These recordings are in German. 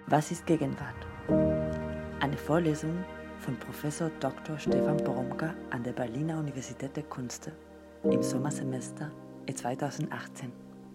Was ist Gegenwart? Eine Vorlesung von Professor Dr. Stefan Poromka an der Berliner Universität der Künste im Sommersemester 2018.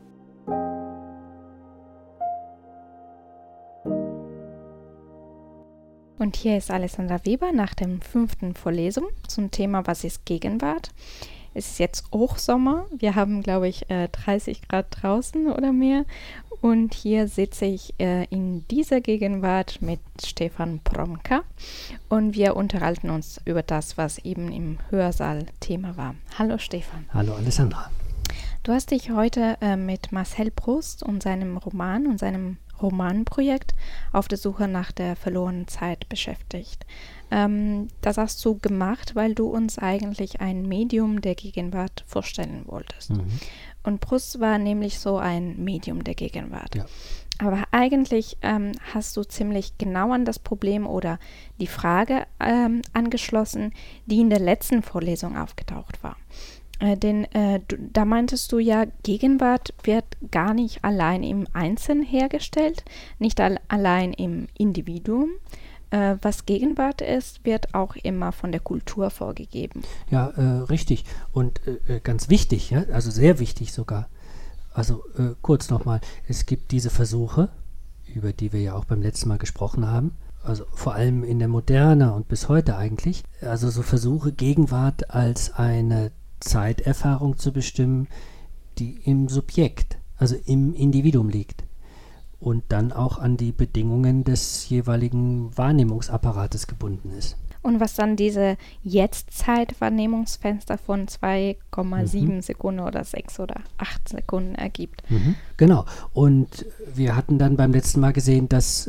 Und hier ist Alessandra Weber nach der 5. Vorlesung zum Thema Was ist Gegenwart? Es ist jetzt Hochsommer. Wir haben, glaube ich, 30 Grad draußen oder mehr. Und hier sitze ich in dieser Gegenwart mit Stefan Poromka. Und wir unterhalten uns über das, was eben im Hörsaal Thema war. Hallo Stefan. Hallo Alessandra. Du hast dich heute mit Marcel Proust und seinem Roman und seinem Romanprojekt auf der Suche nach der verlorenen Zeit beschäftigt. Das hast du gemacht, weil du uns eigentlich ein Medium der Gegenwart vorstellen wolltest. Und Proust war nämlich so ein Medium der Gegenwart. Ja. Aber eigentlich hast du ziemlich genau an das Problem oder die Frage angeschlossen, die in der letzten Vorlesung aufgetaucht war. Da meintest du ja, Gegenwart wird gar nicht allein im Einzelnen hergestellt, nicht allein im Individuum. Was Gegenwart ist, wird auch immer von der Kultur vorgegeben. Ja, richtig. Und ganz wichtig, ja? Also sehr wichtig sogar. Also kurz nochmal, es gibt diese Versuche, über die wir ja auch beim letzten Mal gesprochen haben, also vor allem in der Moderne und bis heute eigentlich, also so Versuche, Gegenwart als eine Zeiterfahrung zu bestimmen, die im Subjekt, also im Individuum liegt und dann auch an die Bedingungen des jeweiligen Wahrnehmungsapparates gebunden ist. Und was dann diese Jetztzeit-Wahrnehmungsfenster von 2,7 Sekunden oder 6 oder 8 Sekunden ergibt. Genau. Und wir hatten dann beim letzten Mal gesehen, dass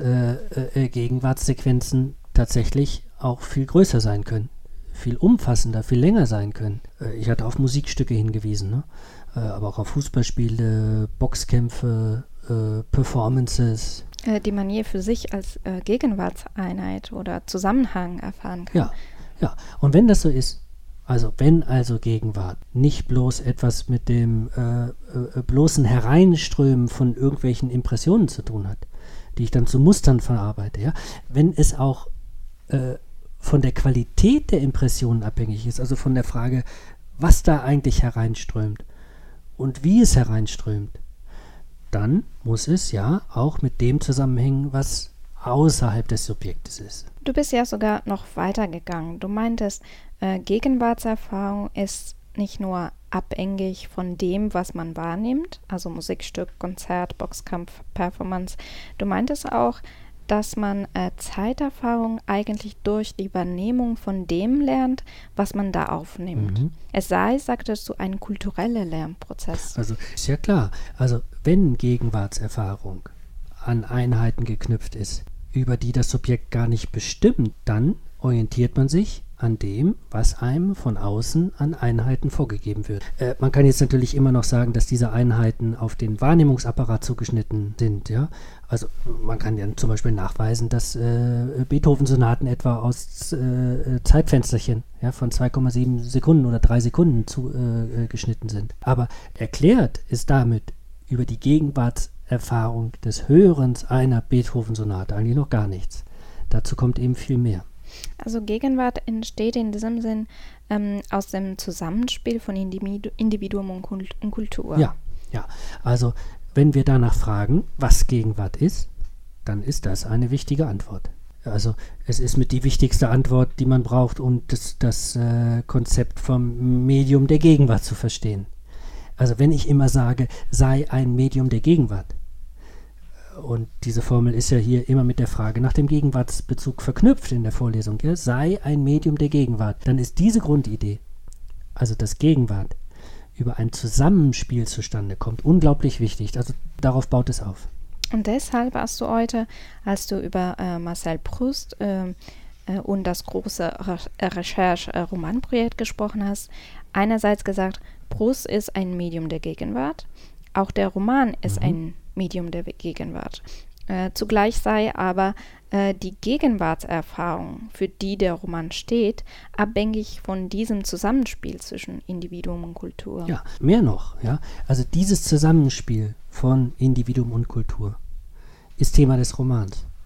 Gegenwartssequenzen tatsächlich auch viel größer sein können. Viel umfassender, viel länger sein können. Ich hatte auf Musikstücke hingewiesen, ne? Aber auch auf Fußballspiele, Boxkämpfe, Performances. Die man je für sich als Gegenwartseinheit oder Zusammenhang erfahren kann. Ja. Und wenn das so ist, wenn Gegenwart nicht bloß etwas mit dem bloßen Hereinströmen von irgendwelchen Impressionen zu tun hat, die ich dann zu Mustern verarbeite, ja, wenn es auch von der Qualität der Impressionen abhängig ist, also von der Frage, was da eigentlich hereinströmt und wie es hereinströmt, dann muss es ja auch mit dem zusammenhängen, was außerhalb des Subjektes ist. Du bist ja sogar noch weitergegangen. Du meintest, Gegenwartserfahrung ist nicht nur abhängig von dem, was man wahrnimmt, also Musikstück, Konzert, Boxkampf, Performance. Du meintest auch, dass man Zeiterfahrung eigentlich durch die Wahrnehmung von dem lernt, was man da aufnimmt. Es sei, sagtest du, ein kultureller Lernprozess. Also ist ja klar, also wenn Gegenwartserfahrung an Einheiten geknüpft ist, über die das Subjekt gar nicht bestimmt, dann orientiert man sich an dem, was einem von außen an Einheiten vorgegeben wird. Man kann jetzt natürlich immer noch sagen, dass diese Einheiten auf den Wahrnehmungsapparat zugeschnitten sind, ja. Also man kann ja zum Beispiel nachweisen, dass Beethoven-Sonaten etwa aus Zeitfensterchen von 2,7 Sekunden oder 3 Sekunden geschnitten sind. Aber erklärt ist damit über die Gegenwartserfahrung des Hörens einer Beethoven-Sonate eigentlich noch gar nichts. Dazu kommt eben viel mehr. Also Gegenwart entsteht in diesem Sinn aus dem Zusammenspiel von Individuum und Kultur. Ja. Also wenn wir danach fragen, was Gegenwart ist, dann ist das eine wichtige Antwort. Also es ist mit die wichtigste Antwort, die man braucht, um das Konzept vom Medium der Gegenwart zu verstehen. Also wenn ich immer sage, sei ein Medium der Gegenwart, und diese Formel ist ja hier immer mit der Frage nach dem Gegenwartsbezug verknüpft in der Vorlesung, ja, sei ein Medium der Gegenwart, dann ist diese Grundidee, also dass Gegenwart über ein Zusammenspiel zustande kommt, unglaublich wichtig. Also darauf baut es auf. Und deshalb hast du heute, als du über Marcel Proust und das große Recherche-Romanprojekt gesprochen hast, einerseits gesagt, Proust ist ein Medium der Gegenwart, auch der Roman ist ein Medium der Gegenwart. Zugleich sei aber die Gegenwartserfahrung, für die der Roman steht, abhängig von diesem Zusammenspiel zwischen Individuum und Kultur. Ja, mehr noch. Ja? Also dieses Zusammenspiel von Individuum und Kultur ist Thema des Romans.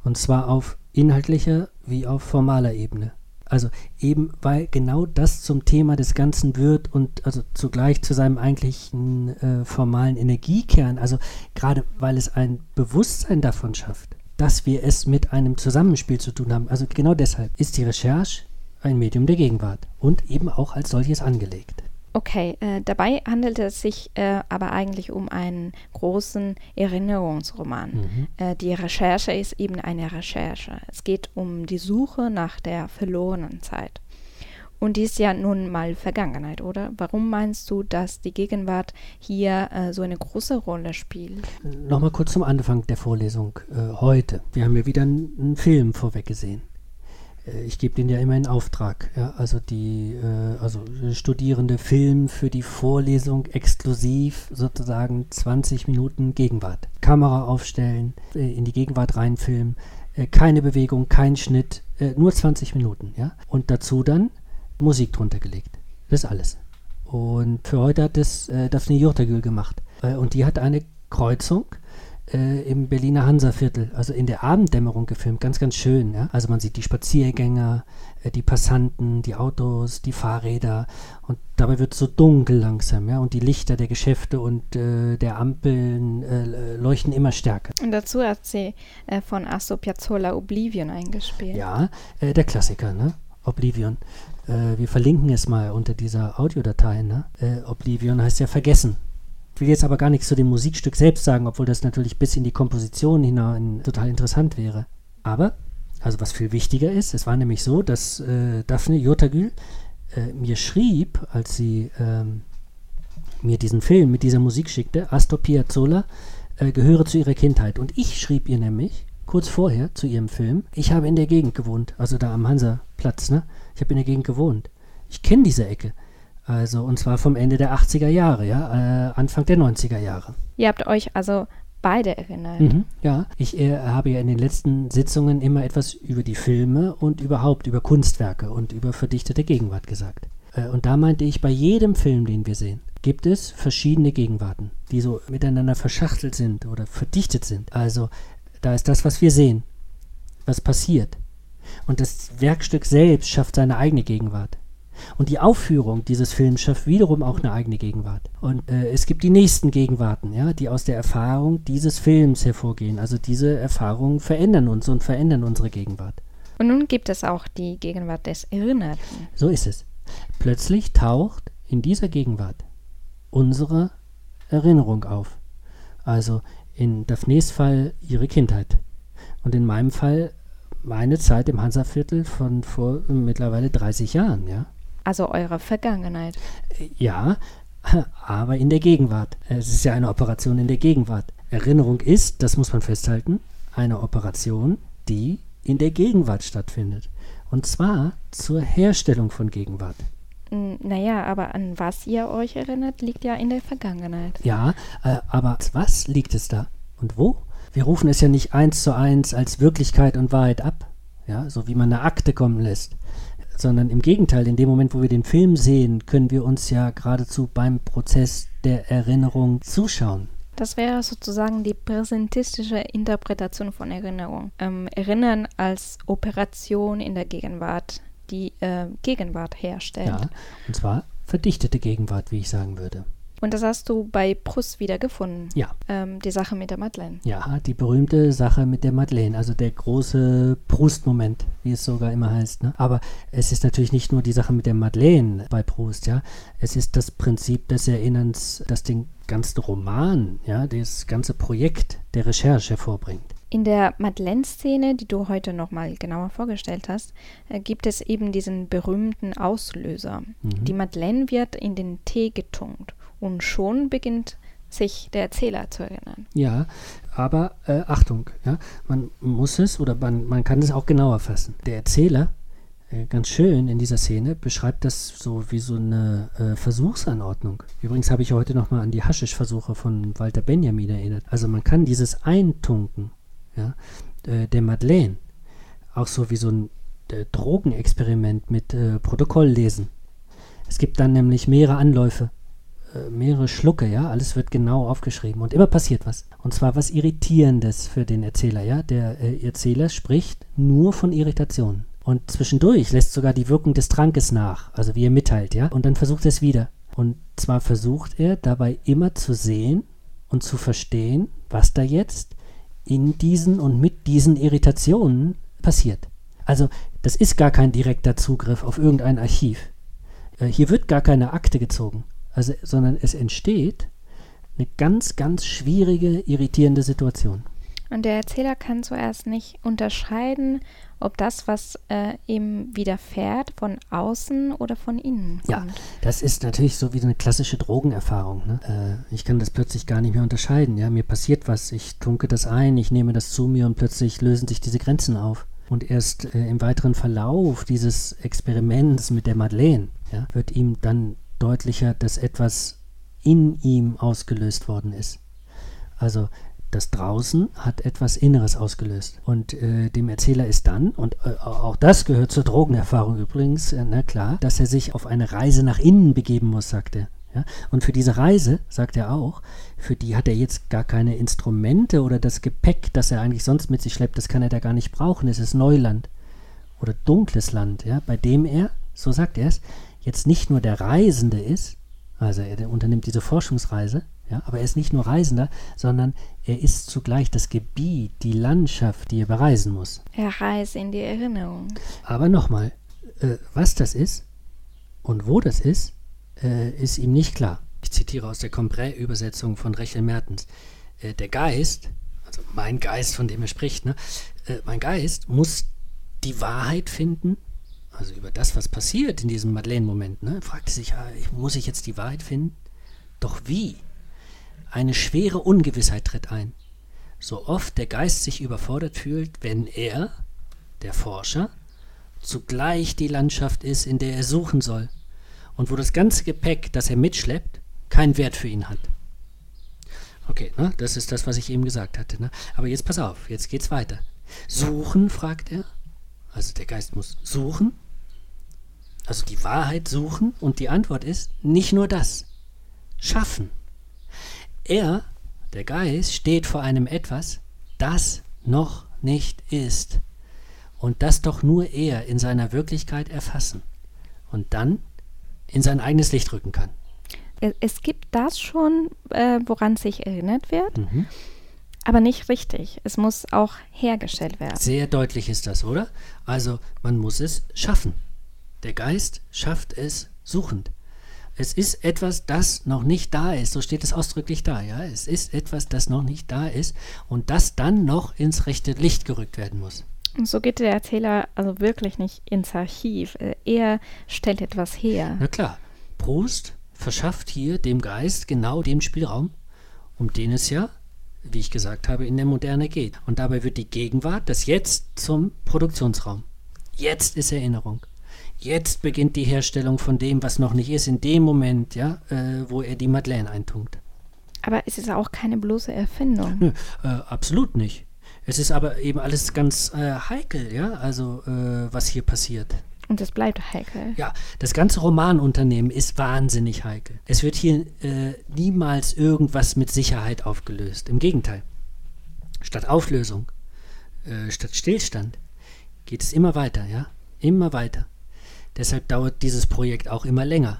Und zwar auf inhaltlicher wie auf formaler Ebene. Also eben, weil genau das zum Thema des Ganzen wird und also zugleich zu seinem eigentlichen formalen Energiekern, also gerade weil es ein Bewusstsein davon schafft, dass wir es mit einem Zusammenspiel zu tun haben. Also genau deshalb ist die Recherche ein Medium der Gegenwart und eben auch als solches angelegt. Okay, dabei handelt es sich aber eigentlich um einen großen Erinnerungsroman. Die Recherche ist eben eine Recherche. Es geht um die Suche nach der verlorenen Zeit. Und die ist ja nun mal Vergangenheit, oder? Warum meinst du, dass die Gegenwart hier so eine große Rolle spielt? Nochmal kurz zum Anfang der Vorlesung heute. Wir haben ja wieder einen Film vorweg gesehen. Ich gebe den ja immer in Auftrag. Ja? Also die Studierende filmen für die Vorlesung exklusiv sozusagen 20 Minuten Gegenwart. Kamera aufstellen, in die Gegenwart reinfilmen, keine Bewegung, kein Schnitt, nur 20 Minuten. Ja? Und dazu dann Musik drunter gelegt. Das ist alles. Und für heute hat es Daphne Yurtagül gemacht. Und die hat eine Kreuzung im Berliner Hansaviertel, also in der Abenddämmerung gefilmt, ganz, ganz schön. Ja? Also man sieht die Spaziergänger, die Passanten, die Autos, die Fahrräder und dabei wird es so dunkel langsam, ja, und die Lichter der Geschäfte und der Ampeln leuchten immer stärker. Und dazu hat sie von Astor Piazzolla Oblivion eingespielt. Ja, der Klassiker, ne? Oblivion. Wir verlinken es mal unter dieser Audiodatei, ne? Oblivion heißt ja vergessen. Ich will jetzt aber gar nichts zu dem Musikstück selbst sagen, obwohl das natürlich bis in die Komposition hinein total interessant wäre. Aber, also was viel wichtiger ist, es war nämlich so, dass Daphne Yurtagül mir schrieb, als sie mir diesen Film mit dieser Musik schickte, Astor Piazzolla gehöre zu ihrer Kindheit. Und ich schrieb ihr nämlich, kurz vorher zu ihrem Film, ich habe in der Gegend gewohnt, also da am Hansaplatz, ne? Ich habe in der Gegend gewohnt. Ich kenne diese Ecke. Also, und zwar vom Ende der 80er Jahre, ja, Anfang der 90er Jahre. Ihr habt euch also beide erinnert. Ja, ich habe ja in den letzten Sitzungen immer etwas über die Filme und überhaupt über Kunstwerke und über verdichtete Gegenwart gesagt. Und da meinte ich, bei jedem Film, den wir sehen, gibt es verschiedene Gegenwarten, die so miteinander verschachtelt sind oder verdichtet sind. Also, da ist das, was wir sehen, was passiert. Und das Werkstück selbst schafft seine eigene Gegenwart. Und die Aufführung dieses Films schafft wiederum auch eine eigene Gegenwart. Und es gibt die nächsten Gegenwarten, ja, die aus der Erfahrung dieses Films hervorgehen. Also diese Erfahrungen verändern uns und verändern unsere Gegenwart. Und nun gibt es auch die Gegenwart des Erinnerten. So ist es. Plötzlich taucht in dieser Gegenwart unsere Erinnerung auf. Also in Daphnes Fall ihre Kindheit. Und in meinem Fall meine Zeit im Hansaviertel von vor mittlerweile 30 Jahren, ja. Also eure Vergangenheit. Ja, aber in der Gegenwart. Es ist ja eine Operation in der Gegenwart. Erinnerung ist, das muss man festhalten, eine Operation, die in der Gegenwart stattfindet. Und zwar zur Herstellung von Gegenwart. Naja, aber an was ihr euch erinnert, liegt ja in der Vergangenheit. Ja, aber was liegt es da? Und wo? Wir rufen es ja nicht 1:1 als Wirklichkeit und Wahrheit ab, ja, so wie man eine Akte kommen lässt, sondern im Gegenteil, in dem Moment, wo wir den Film sehen, können wir uns ja geradezu beim Prozess der Erinnerung zuschauen. Das wäre sozusagen die präsentistische Interpretation von Erinnerung. Erinnern als Operation in der Gegenwart, die Gegenwart herstellt. Ja, und zwar verdichtete Gegenwart, wie ich sagen würde. Und das hast du bei Proust wiedergefunden. Ja. Die Sache mit der Madeleine. Ja, die berühmte Sache mit der Madeleine, also der große Proust-Moment, wie es sogar immer heißt. Ne? Aber es ist natürlich nicht nur die Sache mit der Madeleine bei Proust, ja. Es ist das Prinzip des Erinnerns, das den ganzen Roman, ja, das ganze Projekt der Recherche hervorbringt. In der Madeleine-Szene, die du heute nochmal genauer vorgestellt hast, gibt es eben diesen berühmten Auslöser. Die Madeleine wird in den Tee getunkt. Und schon beginnt sich der Erzähler zu erinnern. Ja, aber Achtung, ja, man muss es oder man kann es auch genauer fassen. Der Erzähler, ganz schön in dieser Szene, beschreibt das so wie so eine Versuchsanordnung. Übrigens habe ich heute nochmal an die Haschisch-Versuche von Walter Benjamin erinnert. Also man kann dieses Eintunken, ja, der Madeleine auch so wie so ein Drogenexperiment mit Protokoll lesen. Es gibt dann nämlich mehrere Anläufe mehrere Schlucke, ja, alles wird genau aufgeschrieben und immer passiert was. Und zwar was Irritierendes für den Erzähler, ja. Der Erzähler spricht nur von Irritationen. Und zwischendurch lässt sogar die Wirkung des Trankes nach, also wie er mitteilt, ja. Und dann versucht er es wieder. Und zwar versucht er dabei immer zu sehen und zu verstehen, was da jetzt in diesen und mit diesen Irritationen passiert. Also das ist gar kein direkter Zugriff auf irgendein Archiv. Hier wird gar keine Akte gezogen, sondern es entsteht eine ganz, ganz schwierige, irritierende Situation. Und der Erzähler kann zuerst nicht unterscheiden, ob das, was ihm widerfährt, von außen oder von innen kommt. Ja, das ist natürlich so wie eine klassische Drogenerfahrung. Ne? Ich kann das plötzlich gar nicht mehr unterscheiden. Ja? Mir passiert was, ich tunke das ein, ich nehme das zu mir und plötzlich lösen sich diese Grenzen auf. Und erst im weiteren Verlauf dieses Experiments mit der Madeleine, ja, wird ihm dann deutlicher, dass etwas in ihm ausgelöst worden ist. Also das Draußen hat etwas Inneres ausgelöst. Und dem Erzähler ist dann, und auch das gehört zur Drogenerfahrung übrigens, na klar, dass er sich auf eine Reise nach innen begeben muss, sagt er. Ja? Und für diese Reise, sagt er auch, für die hat er jetzt gar keine Instrumente oder das Gepäck, das er eigentlich sonst mit sich schleppt, das kann er da gar nicht brauchen. Es ist Neuland oder dunkles Land, ja? Bei dem er, so sagt er es, jetzt nicht nur der Reisende ist, also er unternimmt diese Forschungsreise, ja, aber er ist nicht nur Reisender, sondern er ist zugleich das Gebiet, die Landschaft, die er bereisen muss. Er reist in die Erinnerung. Aber nochmal, was das ist und wo das ist ihm nicht klar. Ich zitiere aus der Combré-Übersetzung von Rachel Mertens. Der Geist, also mein Geist, von dem er spricht, ne, mein Geist muss die Wahrheit finden, also über das, was passiert in diesem Madeleine-Moment. Ne, fragte sich, muss ich jetzt die Wahrheit finden? Doch wie? Eine schwere Ungewissheit tritt ein. So oft der Geist sich überfordert fühlt, wenn er, der Forscher, zugleich die Landschaft ist, in der er suchen soll und wo das ganze Gepäck, das er mitschleppt, keinen Wert für ihn hat. Okay, ne, das ist das, was ich eben gesagt hatte. Ne? Aber jetzt pass auf, jetzt geht's weiter. Suchen, fragt er. Also der Geist muss suchen, also die Wahrheit suchen, und die Antwort ist nicht nur das. Schaffen. Er, der Geist, steht vor einem Etwas, das noch nicht ist und das doch nur er in seiner Wirklichkeit erfassen und dann in sein eigenes Licht rücken kann. Es gibt das schon, woran sich erinnert wird, aber nicht richtig. Es muss auch hergestellt werden. Sehr deutlich ist das, oder? Also man muss es schaffen. Der Geist schafft es suchend. Es ist etwas, das noch nicht da ist, so steht es ausdrücklich da, ja. Es ist etwas, das noch nicht da ist und das dann noch ins rechte Licht gerückt werden muss. Und so geht der Erzähler also wirklich nicht ins Archiv. Er stellt etwas her. Na klar, Proust verschafft hier dem Geist genau den Spielraum, um den es ja, wie ich gesagt habe, in der Moderne geht. Und dabei wird die Gegenwart, das Jetzt, zum Produktionsraum. Jetzt ist Erinnerung. Jetzt beginnt die Herstellung von dem, was noch nicht ist, in dem Moment, ja, wo er die Madeleine eintunkt. Aber es ist auch keine bloße Erfindung. Nö, absolut nicht. Es ist aber eben alles ganz heikel, ja, also was hier passiert. Und es bleibt heikel. Ja, das ganze Romanunternehmen ist wahnsinnig heikel. Es wird hier niemals irgendwas mit Sicherheit aufgelöst. Im Gegenteil. Statt Auflösung, statt Stillstand geht es immer weiter, ja, immer weiter. Deshalb dauert dieses Projekt auch immer länger.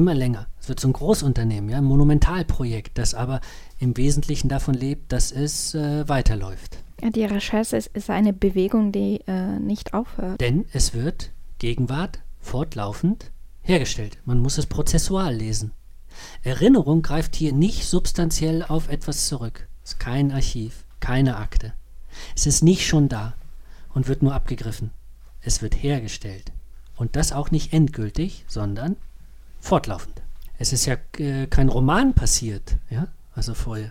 Es wird so ein Großunternehmen, ja, ein Monumentalprojekt, das aber im Wesentlichen davon lebt, dass es weiterläuft. Ja, die Recherche ist eine Bewegung, die nicht aufhört. Denn es wird Gegenwart fortlaufend hergestellt. Man muss es prozessual lesen. Erinnerung greift hier nicht substanziell auf etwas zurück. Es ist kein Archiv, keine Akte. Es ist nicht schon da und wird nur abgegriffen. Es wird hergestellt. Und das auch nicht endgültig, sondern fortlaufend. Es ist ja kein Roman passiert, ja, also vorher.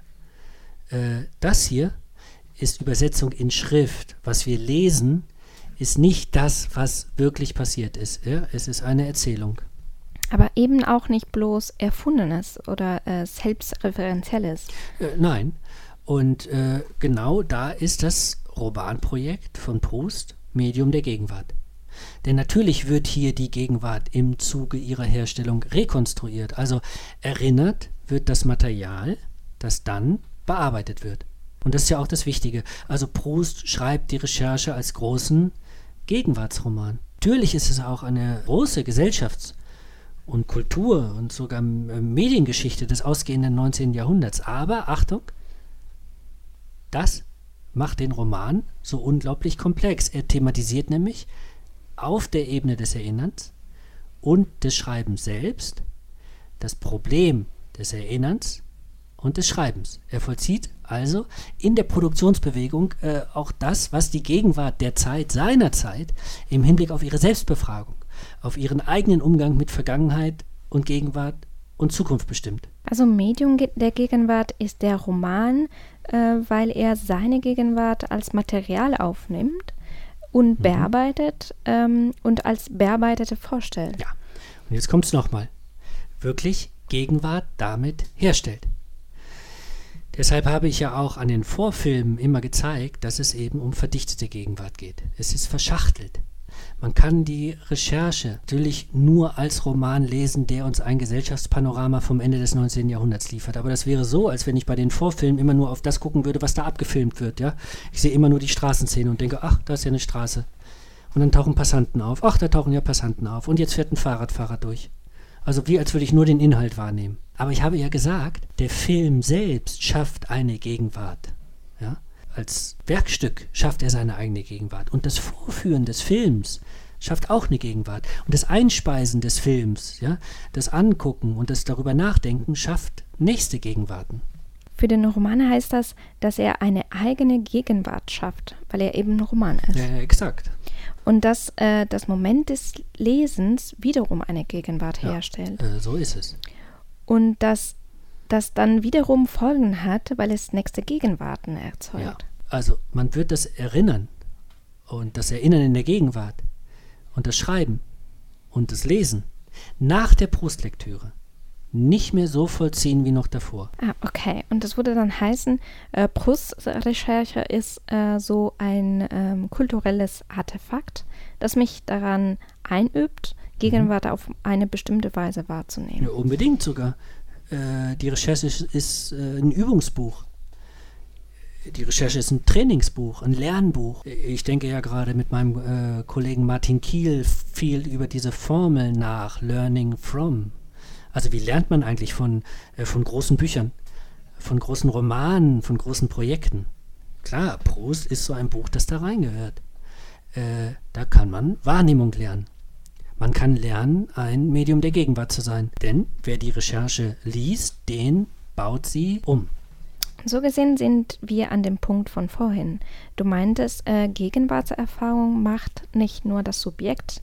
Das hier ist Übersetzung in Schrift. Was wir lesen, ist nicht das, was wirklich passiert ist. Ja? Es ist eine Erzählung. Aber eben auch nicht bloß Erfundenes oder Selbstreferenzielles. Nein. Und genau da ist das Romanprojekt von Proust Medium der Gegenwart. Denn natürlich wird hier die Gegenwart im Zuge ihrer Herstellung rekonstruiert, also erinnert wird das Material, das dann bearbeitet wird. Und das ist ja auch das Wichtige. Also Proust schreibt die Recherche als großen Gegenwartsroman. Natürlich ist es auch eine große Gesellschafts- und Kultur- und sogar Mediengeschichte des ausgehenden 19. Jahrhunderts. Aber, Achtung, das macht den Roman so unglaublich komplex. Er thematisiert nämlich auf der Ebene des Erinnerns und des Schreibens selbst das Problem des Erinnerns und des Schreibens. Er vollzieht also in der Produktionsbewegung auch das, was die Gegenwart der Zeit, seiner Zeit, im Hinblick auf ihre Selbstbefragung, auf ihren eigenen Umgang mit Vergangenheit und Gegenwart und Zukunft bestimmt. Also Medium der Gegenwart ist der Roman, weil er seine Gegenwart als Material aufnimmt und bearbeitet und als Bearbeitete vorstellt. Ja, und jetzt kommt es nochmal. Wirklich Gegenwart damit herstellt. Deshalb habe ich ja auch an den Vorfilmen immer gezeigt, dass es eben um verdichtete Gegenwart geht. Es ist verschachtelt. Man kann die Recherche natürlich nur als Roman lesen, der uns ein Gesellschaftspanorama vom Ende des 19. Jahrhunderts liefert. Aber das wäre so, als wenn ich bei den Vorfilmen immer nur auf das gucken würde, was da abgefilmt wird. Ja? Ich sehe immer nur die Straßenszene und denke, ach, da ist ja eine Straße. Und dann tauchen Passanten auf. Ach, da tauchen ja Passanten auf. Und jetzt fährt ein Fahrradfahrer durch. Also wie als würde ich nur den Inhalt wahrnehmen. Aber ich habe ja gesagt, der Film selbst schafft eine Gegenwart. Ja? Als Werkstück schafft er seine eigene Gegenwart. Und das Vorführen des Films schafft auch eine Gegenwart. Und das Einspeisen des Films, ja, das Angucken und das darüber Nachdenken schafft nächste Gegenwarten. Für den Roman heißt das, dass er eine eigene Gegenwart schafft, weil er eben ein Roman ist. Ja, exakt. Und dass das Moment des Lesens wiederum eine Gegenwart herstellt. So ist es. Und dass das dann wiederum Folgen hat, weil es nächste Gegenwarten erzeugt. Ja, also man wird das Erinnern und das Erinnern in der Gegenwart und das Schreiben und das Lesen nach der Proust-Lektüre nicht mehr so vollziehen wie noch davor. Ah, okay. Und das würde dann heißen, Prousts Recherche ist so ein kulturelles Artefakt, das mich daran einübt, Gegenwart auf eine bestimmte Weise wahrzunehmen. Ja, unbedingt sogar. Die Recherche ist ein Übungsbuch. Die Recherche ist ein Trainingsbuch, ein Lernbuch. Ich denke ja gerade mit meinem Kollegen Martin Kiel viel über diese Formel nach, Learning from. Also wie lernt man eigentlich von großen Büchern, von großen Romanen, von großen Projekten? Klar, Proust ist so ein Buch, das da reingehört. Da kann man Wahrnehmung lernen. Man kann lernen, ein Medium der Gegenwart zu sein. Denn wer die Recherche liest, den baut sie um. So gesehen sind wir an dem Punkt von vorhin. Du meintest, Gegenwartserfahrung macht nicht nur das Subjekt,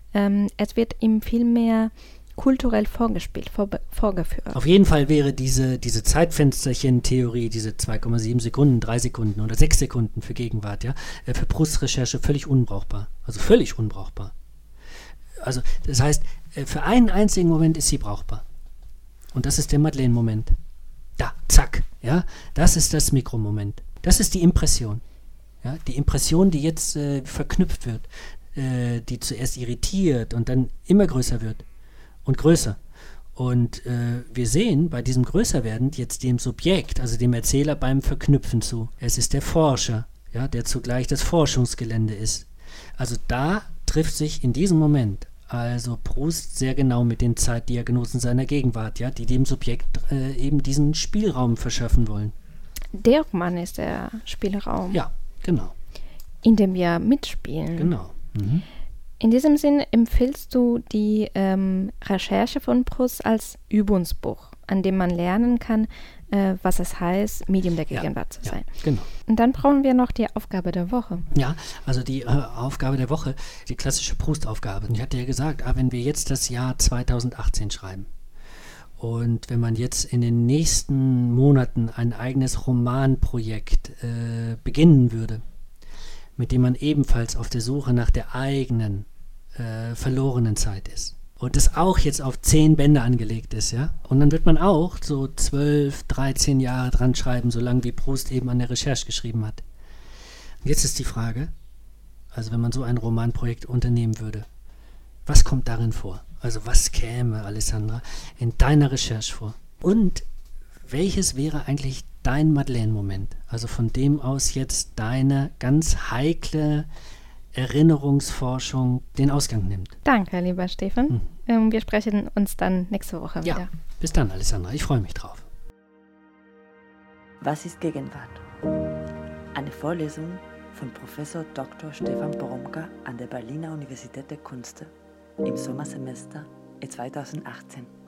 es wird ihm vielmehr kulturell vorgespielt, vorgeführt. Auf jeden Fall wäre diese Zeitfensterchen-Theorie, diese 2,7 Sekunden, 3 Sekunden oder 6 Sekunden für Gegenwart, ja, für Prousts Recherche völlig unbrauchbar. Also völlig unbrauchbar. Also das heißt, für einen einzigen Moment ist sie brauchbar. Und das ist der Madeleine-Moment. Da, zack, ja, das ist das Mikromoment. Das ist die Impression. Ja, die Impression, die jetzt verknüpft wird, die zuerst irritiert und dann immer größer wird und größer. Und wir sehen bei diesem Größerwerden jetzt dem Subjekt, also dem Erzähler beim Verknüpfen zu. Es ist der Forscher, ja, der zugleich das Forschungsgelände ist. Also da trifft sich in diesem Moment also Proust sehr genau mit den Zeitdiagnosen seiner Gegenwart, ja, die dem Subjekt eben diesen Spielraum verschaffen wollen. Der Roman ist der Spielraum. Ja, genau. In dem wir mitspielen. Genau. Mhm. In diesem Sinn empfiehlst du die Recherche von Proust als Übungsbuch, an dem man lernen kann, was es heißt, Medium der Gegenwart zu sein. Ja, genau. Und dann brauchen wir noch die Aufgabe der Woche. Ja, also die Aufgabe der Woche, die klassische Proust-Aufgabe. Ich hatte ja gesagt, wenn wir jetzt das Jahr 2018 schreiben und wenn man jetzt in den nächsten Monaten ein eigenes Romanprojekt beginnen würde, mit dem man ebenfalls auf der Suche nach der eigenen verlorenen Zeit ist. Und das auch jetzt auf 10 Bände angelegt ist, ja. Und dann wird man auch so 12, 13 Jahre dran schreiben, so lange wie Proust eben an der Recherche geschrieben hat. Und jetzt ist die Frage, also wenn man so ein Romanprojekt unternehmen würde, was kommt darin vor? Also was käme, Alessandra, in deiner Recherche vor? Und welches wäre eigentlich dein Madeleine-Moment? Also von dem aus jetzt deine ganz heikle Erinnerungsforschung den Ausgang nimmt. Danke, lieber Stefan. Wir sprechen uns dann nächste Woche wieder. Ja, bis dann, Alessandra. Ich freue mich drauf. Was ist Gegenwart? Eine Vorlesung von Professor Dr. Stefan Boromka an der Berliner Universität der Künste im Sommersemester 2018.